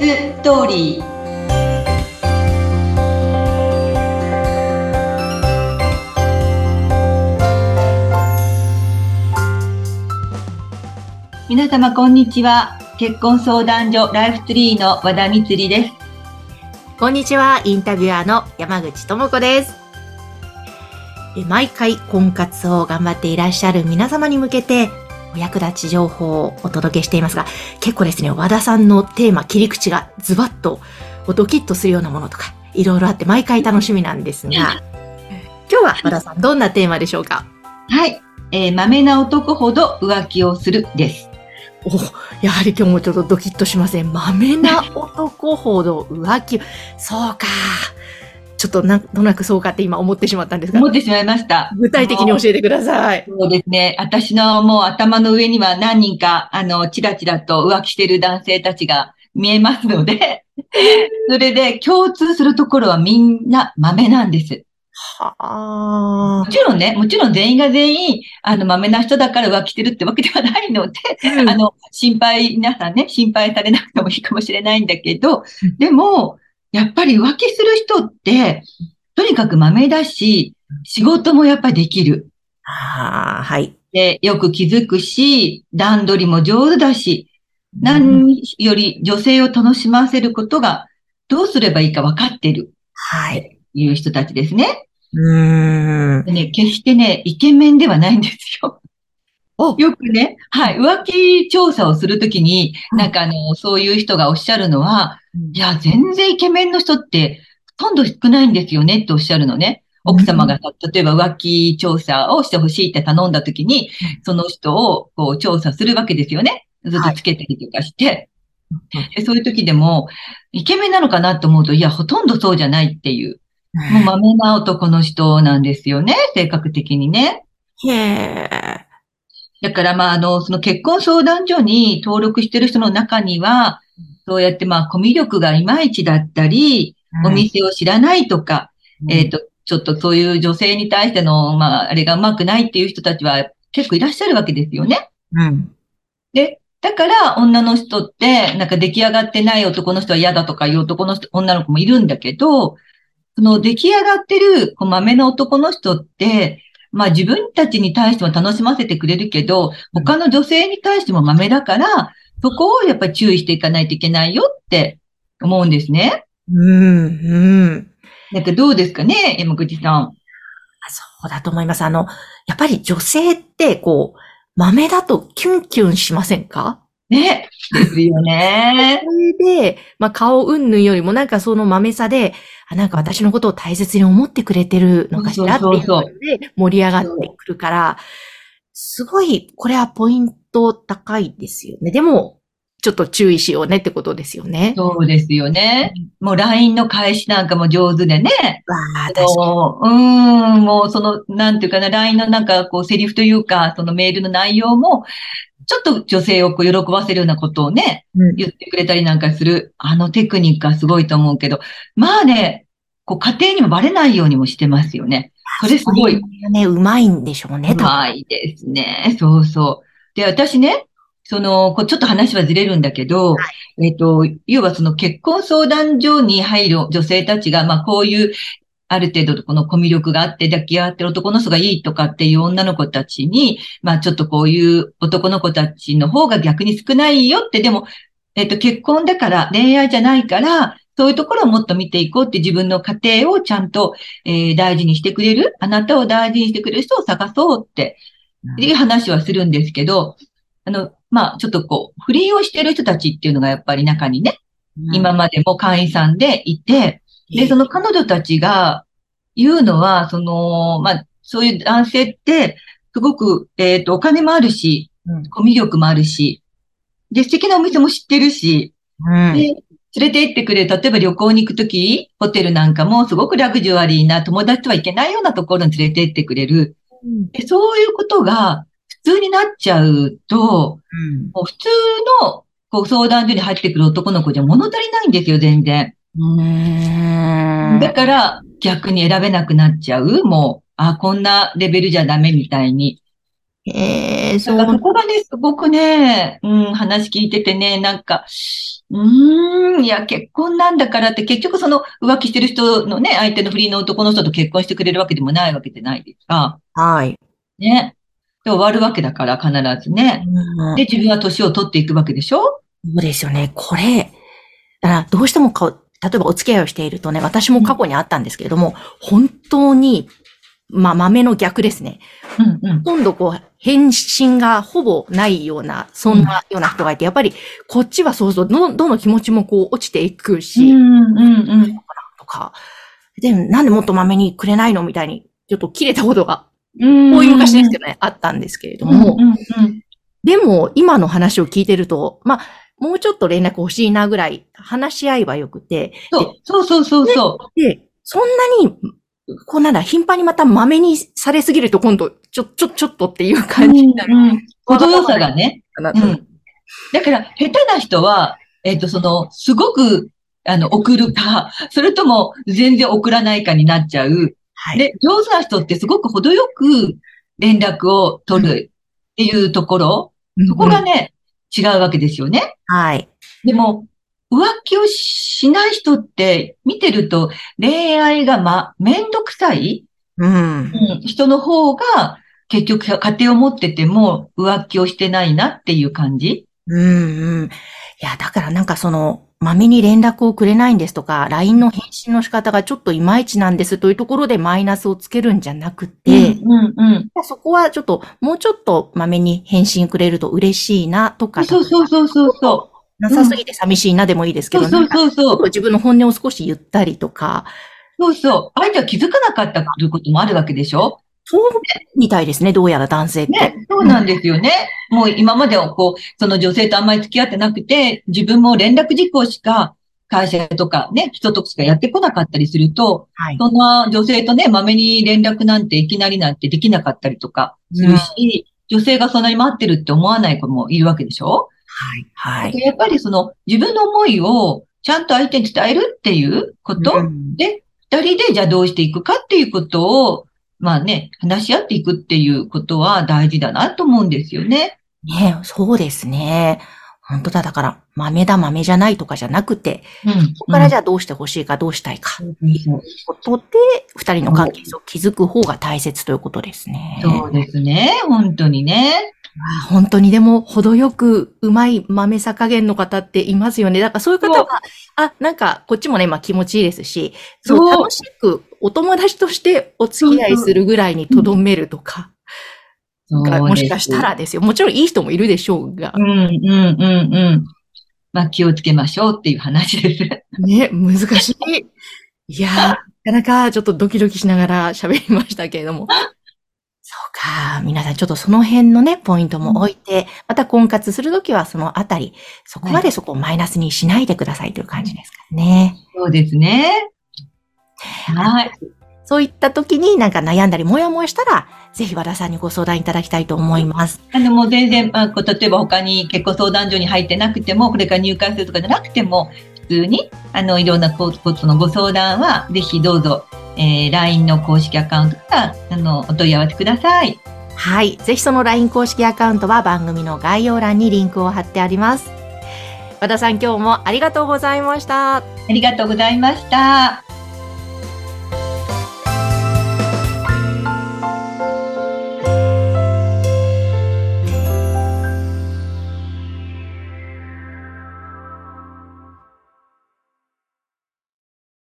ストーリー。皆様こんにちは。結婚相談所ライフツリーの和田光里です。 こんにちは。インタビュアーの山口智子です。毎回婚活を頑張っていらっしゃる皆様に向けてお役立ち情報をお届けしていますが、結構ですね、和田さんのテーマ、切り口がズバッとドキッとするようなものとかいろいろあって毎回楽しみなんですが、今日は和田さんどんなテーマでしょうか？ はい、まめな男ほど浮気をするです。 やはり今日もちょっとドキッとしません。まめな男ほど浮気。そうか。ちょっとなんとなくそうかって今思ってしまったんですが。 思ってしまいました。 具体的に教えてください。 そうですね。私のもう頭の上には何人か、ちらちらと浮気している男性たちが見えますので、それで共通するところはみんなまめなんです。 はあ。 もちろん全員が全員、まめな人だから浮気してるってわけではないので、皆さんね、心配されなくてもいいかもしれないんだけど、でも、やっぱり浮気する人って、とにかくまめだし、仕事もやっぱりできる。 はい。 で、よく気づくし、段取りも上手だし、何より女性を楽しませることがどうすればいいか分かっている。 はい。 いう人たちですね。 でね、決してね、イケメンではないんですよ。よくね、はい、浮気調査をするときに、そういう人がおっしゃるのは、いや、全然イケメンの人ってほとんど少ないんですよねっておっしゃるのね。奥様が、例えば浮気調査をしてほしいって頼んだときに、その人をこう調査するわけですよね。ずっとつけたりとかして。でそういう時でも、イケメンなのかなと思うと、いや、ほとんどそうじゃないっていう。もうまめな男の人なんですよね、性格的にね。 へえ。 だからその結婚相談所に登録してる人の中には、そうやってコミュ力がいまいちだったり、お店を知らないとか、ちょっとそういう女性に対しての、あれがうまくないっていう人たちは結構いらっしゃるわけですよね。で、だから女の人って、出来上がってない男の人は嫌だとかいう女の子もいるんだけど、その出来上がってる、まめな男の人って、自分たちに対しても楽しませてくれるけど、他の女性に対してもまめだから、そこをやっぱり注意していかないといけないよって思うんですね。どうですかね、山口さん。 そうだと思います。やっぱり女性って、まめだとキュンキュンしませんか？ ね。ですよね。 それで、顔云々よりもそのまめさで、私のことを大切に思ってくれてるのかしらっていうので盛り上がってくるから、すごい、これはポイント高いですよね。でも、ちょっと注意しようねってことですよね。 そうですよね。もう LINE の返しなんかも上手でね。もうなんていうかな、LINE のセリフというか、そのメールの内容も、ちょっと女性を喜ばせるようなことをね、言ってくれたりなんかする、テクニックはすごいと思うけど、家庭にもバレないようにもしてますよね。それすごい。 ね、うまいんでしょうね、 うまいですね。そうそう。で、私ね、ちょっと話はずれるんだけど、要はその結婚相談所に入る女性たちが、こういう、ある程度このコミュ力があって抱き合ってる男の人がいいとかっていう女の子たちに、ちょっとこういう男の子たちの方が逆に少ないよって、でも、結婚だから恋愛じゃないから、そういうところをもっと見ていこうって自分の家庭をちゃんと、大事にしてくれる、あなたを大事にしてくれる人を探そうっていう話はするんですけど、ちょっと不倫をしてる人たちっていうのがやっぱり中にね、今までも会員さんでいて、で、その彼女たちが言うのは、そういう男性って、すごく、お金もあるし、コミュ力もあるし、で、素敵なお店も知ってるし、で、連れて行ってくれる、例えば旅行に行くとき、ホテルなんかもすごくラグジュアリーな友達とは行けないようなところに連れて行ってくれる。でそういうことが普通になっちゃうと、もう普通の相談所に入ってくる男の子じゃ物足りないんですよ、全然。だから逆に選べなくなっちゃう。もう、こんなレベルじゃダメみたいに。 なんかそこがね、すごくね、話聞いててね、なんか、いや、結婚なんだからって結局その浮気してる人のね、相手の不倫の男の人と結婚してくれるわけでもないわけじゃないですか。 はい。 ね。で、終わるわけだから必ずね。 うん、 で、自分は年を取っていくわけでしょ？ そうですよね。これ、だからどうしても例えばお付き合いをしているとね、私も過去にあったんですけれども、本当に、豆の逆ですね。 うんうん。 今度返信がほぼないような、そんなような人がいて、やっぱりこっちはそうそう、どの気持ちも落ちていくし、とか、で、なんでもっと豆にくれないのみたいに、ちょっと切れたことが、こういう昔ですけどね、あったんですけれども、でも、今の話を聞いてると、もうちょっと連絡欲しいなぐらい話し合えばよくて、 そう。 で、そんなに、頻繁にまた豆にされすぎると今度、ちょっとっていう感じになる。 程よさがね。 だから、下手な人は、すごく、送るか、それとも全然送らないかになっちゃう。 はい。 で、上手な人ってすごく程よく連絡を取るっていうところ、そこがね、違うわけですよね。 はい。 でも、浮気をしない人って見てると恋愛がめんどくさい、人の方が結局家庭を持ってても浮気をしてないなっていう感じ。 いや、だから豆に連絡をくれないんですとか、LINE の返信の仕方がちょっといまいちなんですというところでマイナスをつけるんじゃなくて、そこはもうちょっと豆に返信くれると嬉しいなとか、 そう。 なさすぎて寂しいなでもいいですけど、自分の本音を少し言ったりとか。 相手は気づかなかったこともあるわけでしょ？ そうみたいですね、どうやら男性って。 ね、そうなんですよね。もう今まではその女性とあんまり付き合ってなくて、自分も連絡事項しか会社とかね、人としかやってこなかったりすると、そんな女性とね、まめに連絡なんていきなりなんてできなかったりとかするし、女性がそんなに待ってるって思わない子もいるわけでしょ？やっぱり自分の思いをちゃんと相手に伝えるっていうことで、二人でじゃあどうしていくかっていうことを、話し合っていくっていうことは大事だなと思うんですよね。 ね、そうですね。本当だ。だから、豆だ豆じゃないとかじゃなくて、そこからじゃあどうしてほしいかどうしたいか。いうことで、二人の関係性を築く方が大切ということですね。 そうですね。本当にね。 本当にでも、程よくうまい豆さ加減の方っていますよね。だからそういう方は、こっちもね、気持ちいいですし、楽しくお友達としてお付き合いするぐらいに留めるとか。もしかしたらですよ。もちろんいい人もいるでしょうが。 気をつけましょうっていう話です。 ね、難しい。いやー、なかなかちょっとドキドキしながら喋りましたけれども。そうか。皆さんちょっとその辺のね、ポイントも置いて、また婚活するときはそのあたり、そこまでそこをマイナスにしないでくださいという感じですかね。 そうですね。はい。 そういった時に悩んだりもやもやしたら、ぜひ和田さんにご相談いただきたいと思います。 もう全然、例えば他に結婚相談所に入ってなくても、これから入会するとかじゃなくても、普通に、いろんなことのご相談は、ぜひどうぞ、LINE の公式アカウントから、お問い合わせください。 はい。ぜひその LINE 公式アカウントは番組の概要欄にリンクを貼ってあります。和田さん、今日もありがとうございました。 ありがとうございました。